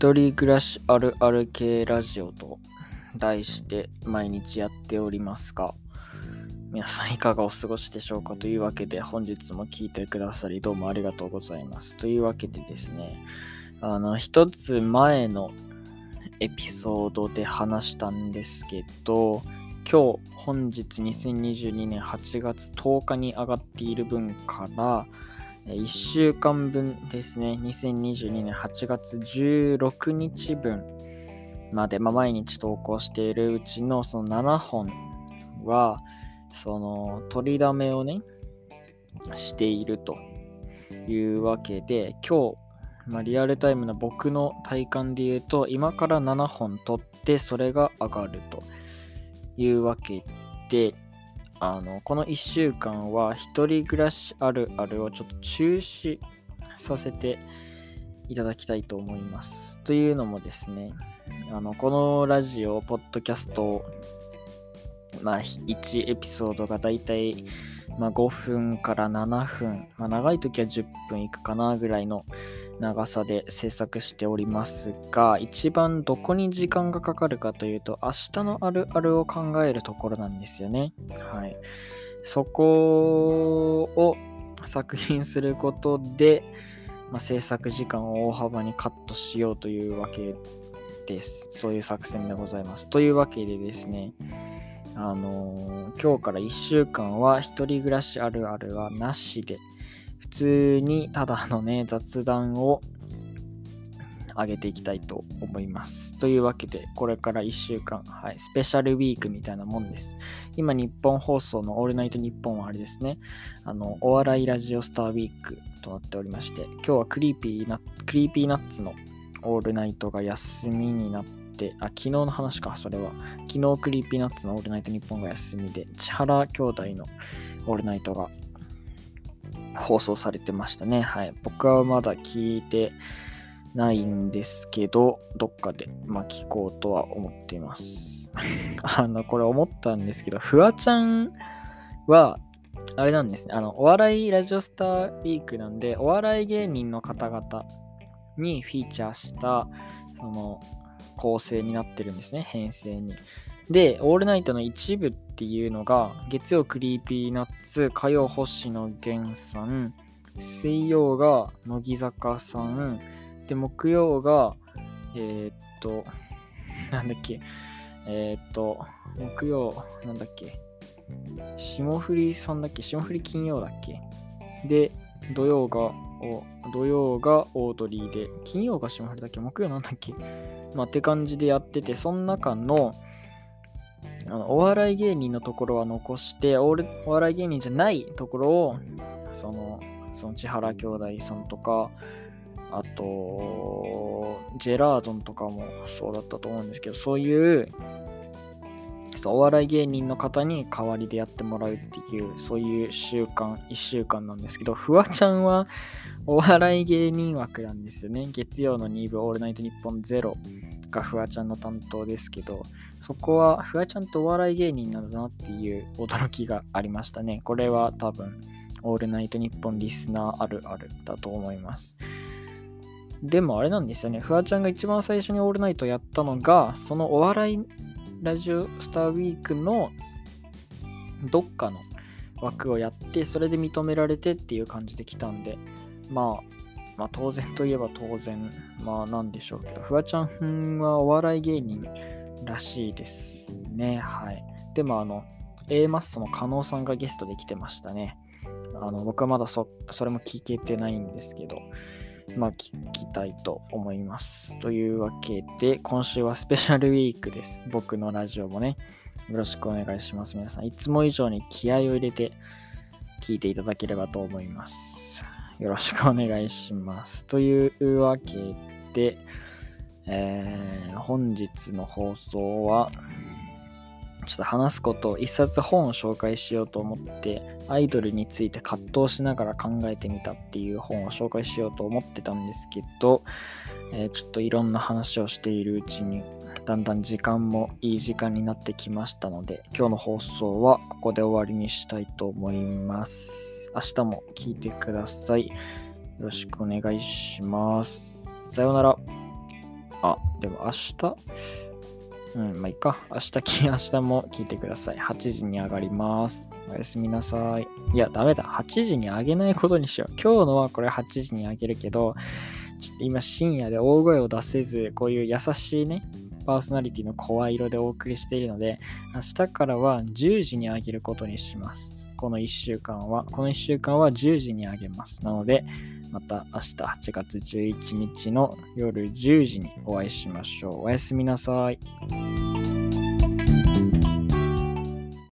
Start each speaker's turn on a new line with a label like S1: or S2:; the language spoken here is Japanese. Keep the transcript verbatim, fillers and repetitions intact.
S1: 一人暮らしあるある系ラジオと題して毎日やっておりますが、皆さんいかがお過ごしでしょうか。というわけで本日も聞いてくださりどうもありがとうございます。というわけでですね、あの一つ前のエピソードで話したんですけど、今日本日にせんにじゅうにねんはちがつとおかに上がっている分からいっしゅうかんぶんですね、にせんにじゅうにねんはちがつじゅうろくにちぶんまで、まあ、毎日投稿しているうちのそのななほんはその取りだめをねしているというわけで、今日、まあ、リアルタイムな僕の体感で言うと今からななほん取ってそれが上がるというわけで、あのこのいっしゅうかんは一人暮らしあるあるをちょっと中止させていただきたいと思います。というのもですね、あのこのラジオポッドキャスト、まあ、いちエピソードがだいたい、まあ、ごふんからななふん、まあ、長い時はじゅっぷんいくかなぐらいの長さで制作しておりますが、一番どこに時間がかかるかというと、明日のあるあるを考えるところなんですよね。はい。そこを作品することで、まあ、制作時間を大幅にカットしようというわけです。そういう作戦でございます。というわけでですね、あのー、今日からいっしゅうかんは一人暮らしあるあるはなしで、普通にただのね雑談を上げていきたいと思います。というわけでこれからいっしゅうかん、はい、スペシャルウィークみたいなもんです。今日本放送のオールナイトニッポンはあれですね、あのお笑いラジオスターウィークとなっておりまして、今日はクリーピーナクリーピーナッツのオールナイトが休みになって、あ、昨日の話か、それは。昨日クリーピーナッツのオールナイトニッポンが休みで、千原兄弟のオールナイトが放送されてましたね。はい。僕はまだ聞いてないんですけど、どっかで、まあ、聞こうとは思っています。あの、これ思ったんですけど、フワちゃんは、あれなんですね。あの、お笑いラジオスターウィークなんで、お笑い芸人の方々にフィーチャーしたその構成になってるんですね、編成に。で、オールナイトの一部っていうのが、月曜クリーピーナッツ、火曜星野源さん、水曜が乃木坂さん、で、木曜が、えー、っと、なんだっけ、えー、っと、木曜、なんだっけ、霜降りさんだっけ、霜降り金曜だっけ。で、土曜が、土曜がオードリーで、金曜が霜降りだっけ、木曜なんだっけ、まあ、って感じでやってて、その中の、あのお笑い芸人のところは残してお、お笑い芸人じゃないところを、その、その千原兄弟さんとか、あと、ジェラードンとかもそうだったと思うんですけど、そういう、お笑い芸人の方に代わりでやってもらうっていう、そういう習慣、いっしゅうかんなんですけど、フワちゃんはお笑い芸人枠なんですよね。月曜のにぶオールナイトニッポンゼロがフワちゃんの担当ですけど、そこはフワちゃんとお笑い芸人なんだなっていう驚きがありましたね。これは多分、オールナイトニッポンリスナーあるあるだと思います。でもあれなんですよね。フワちゃんが一番最初にオールナイトやったのが、そのお笑いラジオスターウィークのどっかの枠をやって、それで認められてっていう感じで来たんで、まあ、まあ当然といえば当然、まあなんでしょうけど、フワちゃんはお笑い芸人らしいですね。はい。でもあの、A マッソの加納さんがゲストで来てましたね。あの僕はまだ そ, それも聞けてないんですけど、まあ聞きたいと思います。というわけで、今週はスペシャルウィークです。僕のラジオもね、よろしくお願いします。皆さん、いつも以上に気合を入れて聞いていただければと思います。よろしくお願いします。というわけで、えー、本日の放送は、ちょっと話すことを一冊本を紹介しようと思ってアイドルについて葛藤しながら考えてみたっていう本を紹介しようと思ってたんですけど、えー、ちょっといろんな話をしているうちにだんだん時間もいい時間になってきましたので、今日の放送はここで終わりにしたいと思います。明日も聞いてください。よろしくお願いします。さようなら。 あ、でも明日、うん、まあいいか。明日き、明日も聞いてください。はちじに上がります。おやすみなさい。いや、ダメだ。はちじに上げないことにしよう。今日のはこれはちじに上げるけど、ちょっと今深夜で大声を出せず、こういう優しいね、パーソナリティの声色でお送りしているので、明日からはじゅうじに上げることにします。このいっしゅうかんは、このいっしゅうかんはじゅうじに上げます。なので、また明日はちがつじゅういちにちの夜じゅうじにお会いしましょう。おやすみなさい。